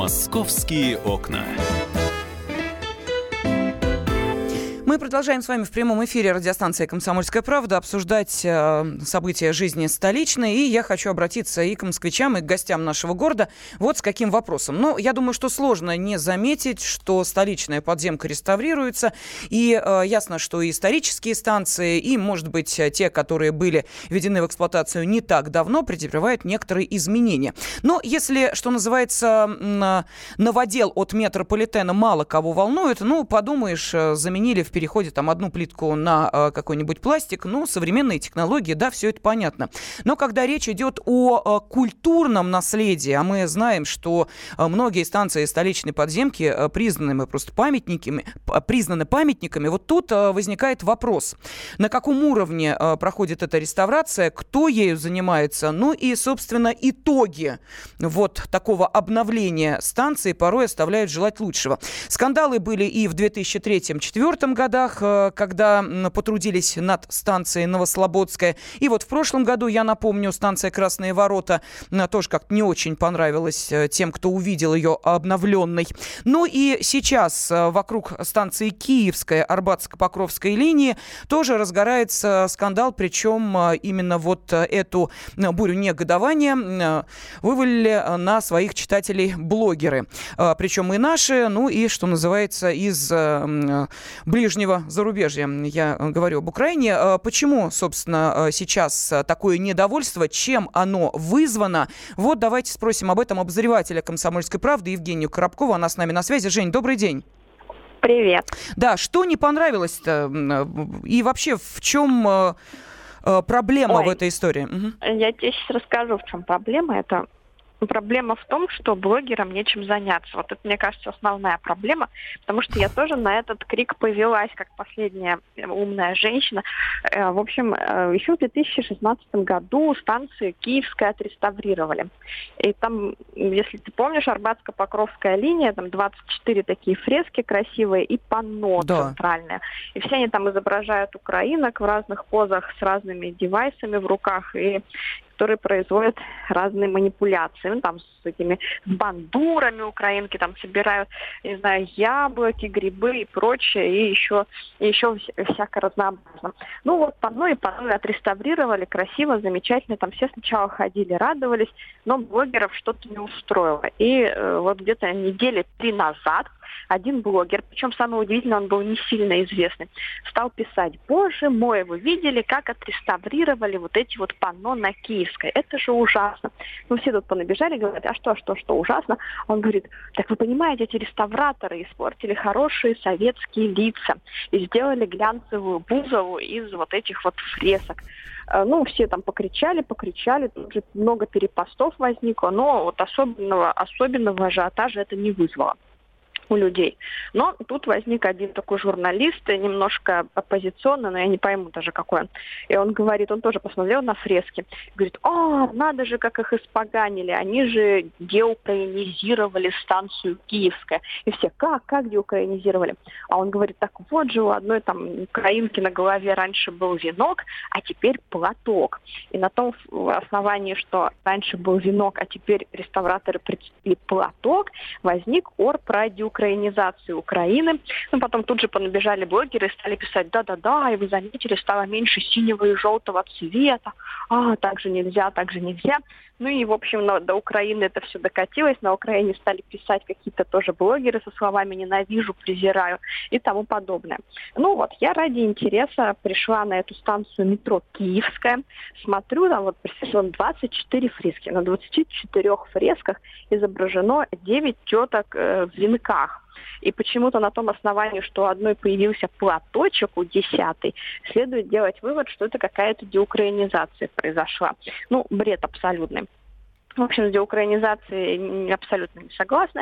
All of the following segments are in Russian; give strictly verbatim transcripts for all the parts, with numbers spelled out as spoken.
«Московские окна». Мы продолжаем с вами в прямом эфире радиостанции «Комсомольская правда» обсуждать э, события жизни столичной. И я хочу обратиться и к москвичам, и к гостям нашего города вот с каким вопросом. Ну, я думаю, что сложно не заметить, что столичная подземка реставрируется. И э, ясно, что и исторические станции, и, может быть, те, которые были введены в эксплуатацию не так давно, претерпевают некоторые изменения. Но если, что называется, новодел от метрополитена мало кого волнует, ну, подумаешь, заменили в переходе там одну плитку на э, какой-нибудь пластик, ну, современные технологии, да, все это понятно. Но когда речь идет о э, культурном наследии, а мы знаем, что э, многие станции столичной подземки э, признаны просто памятниками, э, признаны памятниками, вот тут э, возникает вопрос, на каком уровне э, проходит эта реставрация, кто ею занимается, ну и, собственно, итоги вот такого обновления станции порой оставляют желать лучшего. Скандалы были и в две тысячи третьем-две тысячи четвёртом годах, когда потрудились над станцией Новослободская. И вот в прошлом году, я напомню, станция «Красные ворота» тоже как-то не очень понравилась тем, кто увидел ее обновленной. Ну и сейчас вокруг станции Киевская, Арбатско-Покровской линии тоже разгорается скандал, причем именно вот эту бурю негодования вывалили на своих читателей блогеры. Причем и наши, ну и, что называется, из ближнего зарубежья. Я говорю об Украине. Почему, собственно, сейчас такое недовольство? Чем оно вызвано? Вот давайте спросим об этом обозревателя «Комсомольской правды» Евгению Коробкову. Она с нами на связи. Жень, добрый день. Привет. Да, что не понравилось-то? И вообще, в чем проблема Ой, в этой истории? Угу. Я тебе сейчас расскажу, в чем проблема. Это проблема в том, что блогерам нечем заняться. Вот это, мне кажется, основная проблема, потому что я тоже на этот крик повелась, как последняя умная женщина. В общем, еще в две тысячи шестнадцатом году станцию Киевская отреставрировали. И там, если ты помнишь, Арбатско-Покровская линия, там двадцать четыре такие фрески красивые и панно да. центральное. И все они там изображают украинок в разных позах с разными девайсами в руках, и которые производят разные манипуляции. Ну, там с этими с бандурами украинки там собирают, не знаю, яблоки, грибы и прочее, и еще, и еще всяко разнообразно. Ну вот панно и панно отреставрировали красиво, замечательно. Там все сначала ходили, радовались, но блогеров что-то не устроило. И э, вот где-то недели три назад один блогер, причем самое удивительное, он был не сильно известный, стал писать: «Боже мой, вы видели, как отреставрировали вот эти вот панно на Киевской? Это же ужасно». Ну, все тут понабежали, говорят: а что, что, что ужасно? Он говорит: так вы понимаете, эти реставраторы испортили хорошие советские лица и сделали глянцевую Бузову из вот этих вот фресок. Ну, все там покричали, покричали, тут же много перепостов возникло, но вот особенного, особенного ажиотажа это не вызвало у людей. Но тут возник один такой журналист, немножко оппозиционный, но я не пойму даже какой он. И он говорит, он тоже посмотрел на фрески, говорит: о, надо же, как их испоганили, они же деукраинизировали станцию Киевская. И все: как, как деукраинизировали? А он говорит: так вот же, у одной там украинки на голове раньше был венок, а теперь платок. И на том основании, что раньше был венок, а теперь реставраторы прицепили платок, возник ор про деукраинизацию Украины. Ну, потом тут же понабежали блогеры и стали писать: да-да-да, и вы заметили, стало меньше синего и желтого цвета. А, так же нельзя, так же нельзя. Ну и, в общем, на, до Украины это все докатилось. На Украине стали писать какие-то тоже блогеры со словами «ненавижу», «презираю» и тому подобное. Ну вот, я ради интереса пришла на эту станцию метро Киевская. Смотрю, там вот присутствует двадцать четыре фрески. На двадцати четырёх фресках изображено девять теток э, в венках. И почему-то на том основании, что у одной появился платочек, у десятой, следует делать вывод, что это какая-то деукраинизация произошла. Ну, бред абсолютный. В общем, с деукраинизацией абсолютно не согласна.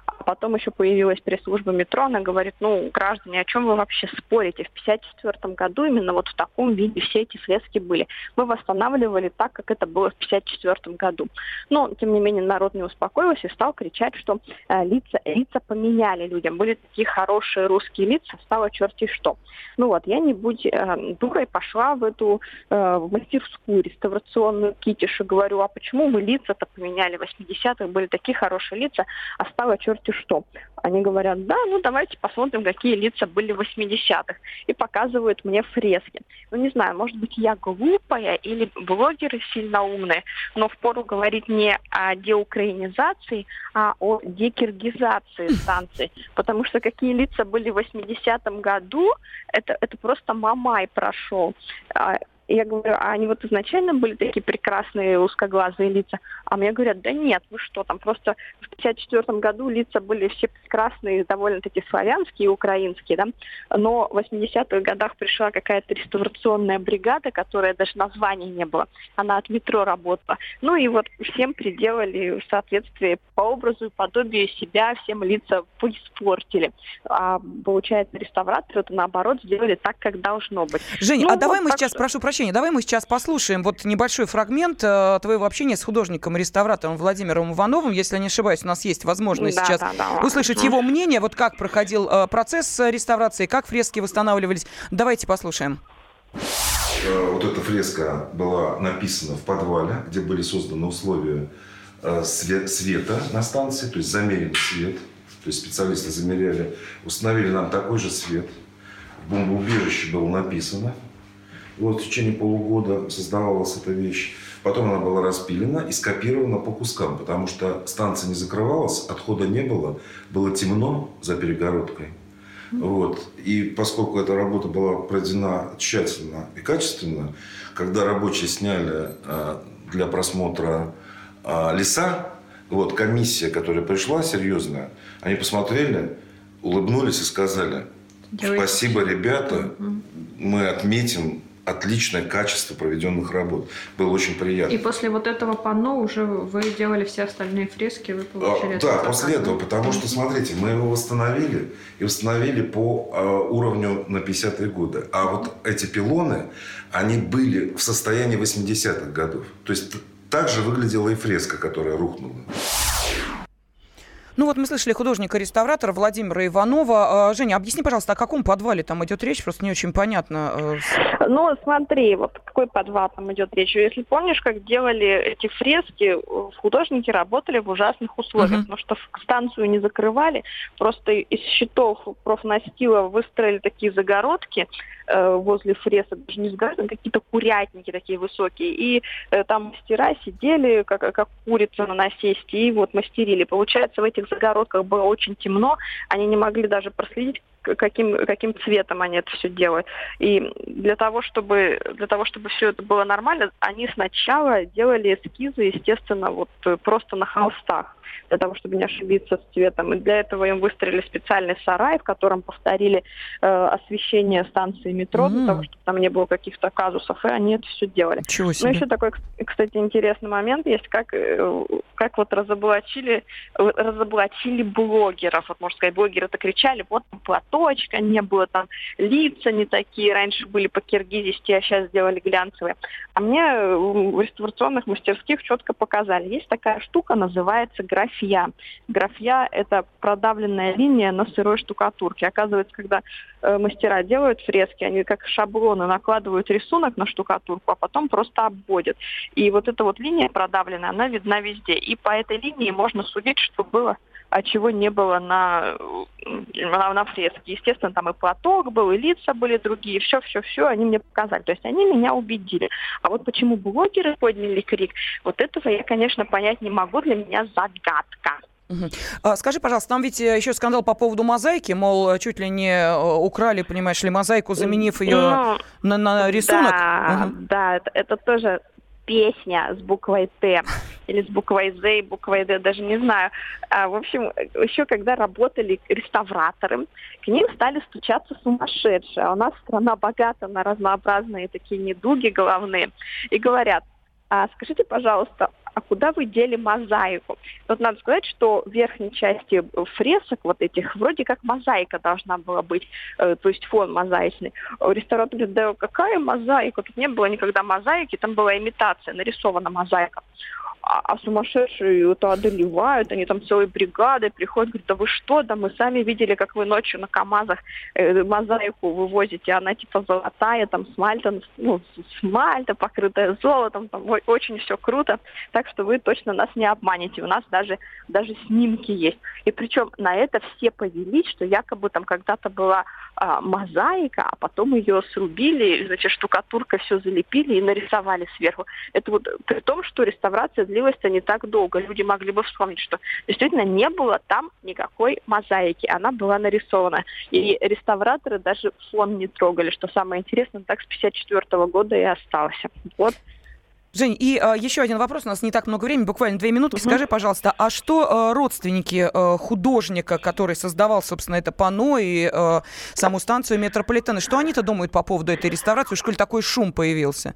А потом еще появилась пресс-служба метро, она говорит, ну, граждане, о чем вы вообще спорите? В пятьдесят четвёртом году именно вот в таком виде все эти фрески были. Мы восстанавливали так, как это было в пятьдесят четвёртом году. Но, тем не менее, народ не успокоился и стал кричать, что э, лица, лица поменяли людям. Были такие хорошие русские лица, стало черти что. Ну вот, я не будь э, дурой, пошла в эту э, в мастерскую реставрационную китиш и говорю, а почему вы лица-то поменяли? В восьмидесятых были такие хорошие лица, а стало черти что. Они говорят, да, ну давайте посмотрим, какие лица были в восьмидесятых. И показывают мне фрески. Ну не знаю, может быть, я глупая или блогеры сильно умные, но впору говорить не о деукраинизации, а о декиргизации станций. Потому что какие лица были в восьмидесятом году, это, это просто мамай прошел. И я говорю, а они вот изначально были такие прекрасные узкоглазые лица? А мне говорят, да нет, вы что, там просто в пятьдесят четвёртом году лица были все прекрасные, довольно-таки славянские и украинские, да? Но в восьмидесятых годах пришла какая-то реставрационная бригада, которая даже названия не было. Она от метро работала. Ну и вот всем приделали в соответствии по образу и подобию себя, всем лица поиспортили. А получается, реставраторы это наоборот сделали так, как должно быть. Жень, ну, а давай вот мы так сейчас, что... прошу прощения, давай мы сейчас послушаем вот небольшой фрагмент э, твоего общения с художником-реставратором Владимиром Ивановым. Если я не ошибаюсь, у нас есть возможность да, сейчас да, да, услышать его мнение, вот как проходил э, процесс реставрации, как фрески восстанавливались. Давайте послушаем. Вот эта фреска была написана в подвале, где были созданы условия э, све- света на станции, то есть замерен свет, то есть специалисты замеряли, установили нам такой же свет. В бомбоубежище было написано. Вот в течение полугода создавалась эта вещь. Потом она была распилена и скопирована по кускам, потому что станция не закрывалась, отхода не было, было темно за перегородкой. Вот. И поскольку эта работа была проведена тщательно и качественно, когда рабочие сняли э, для просмотра э, леса, вот, комиссия, которая пришла серьезная, они посмотрели, улыбнулись и сказали: спасибо, ребята, мы отметим отличное качество проведенных работ. Было очень приятно. И после вот этого панно уже вы делали все остальные фрески, вы получили... А, да, после этого, потому что, смотрите, мы его восстановили, и восстановили по а, уровню на пятидесятые годы. А вот эти пилоны, они были в состоянии восьмидесятых годов. То есть так же выглядела и фреска, которая рухнула. Ну вот мы слышали художника-реставратора Владимира Иванова. Женя, объясни, пожалуйста, о каком подвале там идет речь? Просто не очень понятно. Ну, смотри, вот какой подвал там идет речь. Если помнишь, как делали эти фрески, художники работали в ужасных условиях, uh-huh. потому что станцию не закрывали, просто из щитов профнастила выстроили такие загородки э, возле фресок, даже не загородки, а какие-то курятники такие высокие, и э, там мастера сидели, как, как курица на насесте, и вот мастерили. Получается, в этих загородках было очень темно, они не могли даже проследить, каким, каким цветом они это все делают. И для того, чтобы, для того, чтобы все это было нормально, они сначала делали эскизы, естественно, вот просто на холстах, для того, чтобы не ошибиться с цветом. И для этого им выстроили специальный сарай, в котором повторили э, освещение станции метро, mm-hmm. для того, чтобы там не было каких-то казусов, и они это все делали. Чего себе. Ну, еще такой, кстати, интересный момент есть, как, как вот разоблачили, разоблачили блогеров. Вот, можно сказать, блогеры-то кричали, вот там платочка не было, там лица не такие, раньше были по киргизисти, а сейчас сделали глянцевые. А мне в реставрационных мастерских четко показали. Есть такая штука, называется графья. Графья – это продавленная линия на сырой штукатурке. Оказывается, когда э, мастера делают фрески, они как шаблоны накладывают рисунок на штукатурку, а потом просто обводят. И вот эта вот линия продавленная, она видна везде. И по этой линии можно судить, что было, а чего не было на, на, на фреске. Естественно, там и платок был, и лица были другие. Все-все-все они мне показали. То есть они меня убедили. А вот почему блогеры подняли крик, вот этого я, конечно, понять не могу. Для меня загадка. Угу. А, скажи, пожалуйста, там ведь еще скандал по поводу мозаики, мол, чуть ли не украли, понимаешь ли, мозаику, заменив ее ну, на, на рисунок. Да, угу. да это, это тоже песня с буквой Т или с буквой З и буквой Д, даже не знаю. А, в общем, еще когда работали реставраторы, к ним стали стучаться сумасшедшие. А у нас страна богата на разнообразные такие недуги головные. И говорят: а скажите, пожалуйста, а куда вы дели мозаику? Вот надо сказать, что в верхней части фресок вот этих вроде как мозаика должна была быть, э, то есть фон мозаичный. Реставратор говорит, да какая мозаика? Тут не было никогда мозаики, там была имитация, нарисована мозаика. А, а сумасшедшие это одолевают, они там целой бригадой приходят, говорят, да вы что, да мы сами видели, как вы ночью на КАМАЗах э, мозаику вывозите, она типа золотая, там смальта, ну, смальта, покрытая золотом, там очень все круто, так что вы точно нас не обманете, у нас даже, даже снимки есть. И причем на это все повелись, что якобы там когда-то была а, мозаика, а потом ее срубили, значит, штукатуркой все залепили и нарисовали сверху. Это вот при том, что реставрация длилась-то не так долго. Люди могли бы вспомнить, что действительно не было там никакой мозаики. Она была нарисована. И реставраторы даже фон не трогали, что самое интересное, так с пятьдесят четвёртого года и остался. Вот. Жень, и а, еще один вопрос, у нас не так много времени, буквально две минутки. Угу. Скажи, пожалуйста, а что а, родственники а, художника, который создавал, собственно, это панно и а, саму станцию метрополитена, что они-то думают по поводу этой реставрации? Уж коль такой шум появился?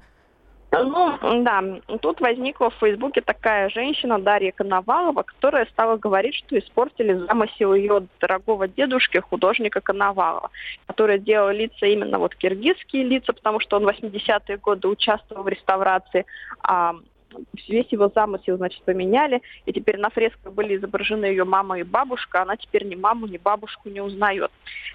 Ну, да, тут возникла в Фейсбуке такая женщина, Дарья Коновалова, которая стала говорить, что испортили замысел ее дорогого дедушки, художника Коновалова, который делал лица именно вот киргизские лица, потому что он в восьмидесятые годы участвовал в реставрации, а весь его замысел, значит, поменяли, и теперь на фресках были изображены ее мама и бабушка, она теперь ни маму, ни бабушку не узнает.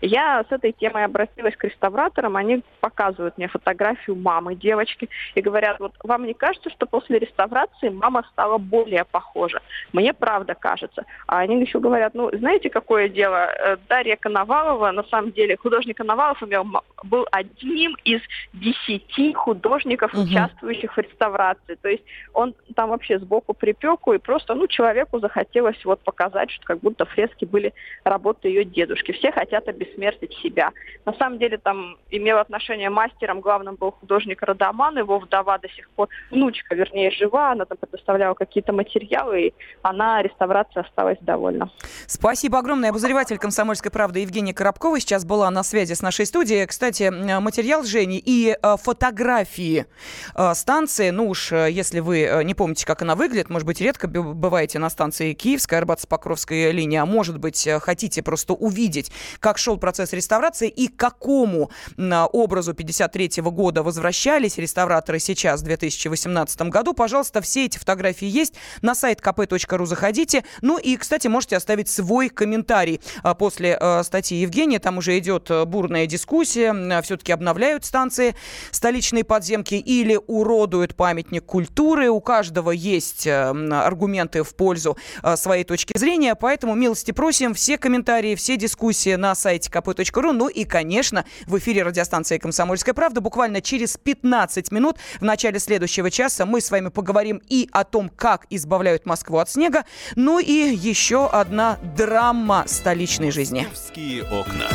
Я с этой темой обратилась к реставраторам, они показывают мне фотографию мамы девочки и говорят, вот вам не кажется, что после реставрации мама стала более похожа? Мне правда кажется. А они еще говорят, ну, знаете, какое дело? Дарья Коновалова, на самом деле, художник Коновалов был одним из десяти художников, угу. участвующих в реставрации. То есть он там вообще сбоку припеку, и просто, ну, человеку захотелось вот показать, что как будто фрески были работы ее дедушки. Все хотят обессмертить себя. На самом деле там имел отношение мастером, главным был художник Радаман, его вдова до сих пор, внучка, вернее, жива, она там предоставляла какие-то материалы, и она реставрацией осталась довольна. Спасибо огромное. Обозреватель «Комсомольской правды» Евгения Коробкова сейчас была на связи с нашей студией. Кстати, материал Жени и фотографии станции, ну уж если вы не помните, как она выглядит, может быть, редко бываете на станции Киевская, Арбатско-Покровская линия, а может быть, хотите просто увидеть, как шел процесс реставрации и к какому образу пятьдесят третьего года возвращались реставраторы сейчас, в две тысячи восемнадцатом году. Пожалуйста, все эти фотографии есть. На сайт ка пэ точка ру заходите. Ну и, кстати, можете оставить свой комментарий после статьи Евгения. Там уже идет бурная дискуссия. Все-таки обновляют станции столичные подземки или уродуют памятник культуры. У каждого есть аргументы в пользу своей точки зрения, поэтому милости просим, все комментарии, все дискуссии на сайте ка пэ точка ру. Ну и, конечно, в эфире радиостанции «Комсомольская правда» буквально через пятнадцать минут в начале следующего часа мы с вами поговорим и о том, как избавляют Москву от снега, ну и еще одна драма столичной жизни. Московские окна.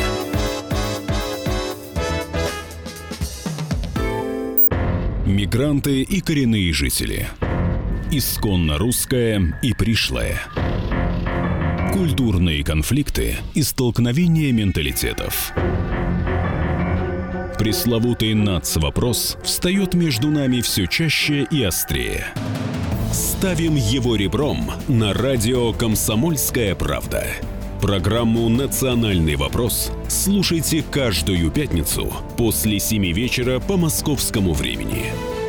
Мигранты и коренные жители. Исконно русское и пришлое. Культурные конфликты и столкновения менталитетов. Пресловутый нацвопрос встает между нами все чаще и острее. Ставим его ребром на радио «Комсомольская правда». Программу «Национальный вопрос» слушайте каждую пятницу после семи вечера по московскому времени.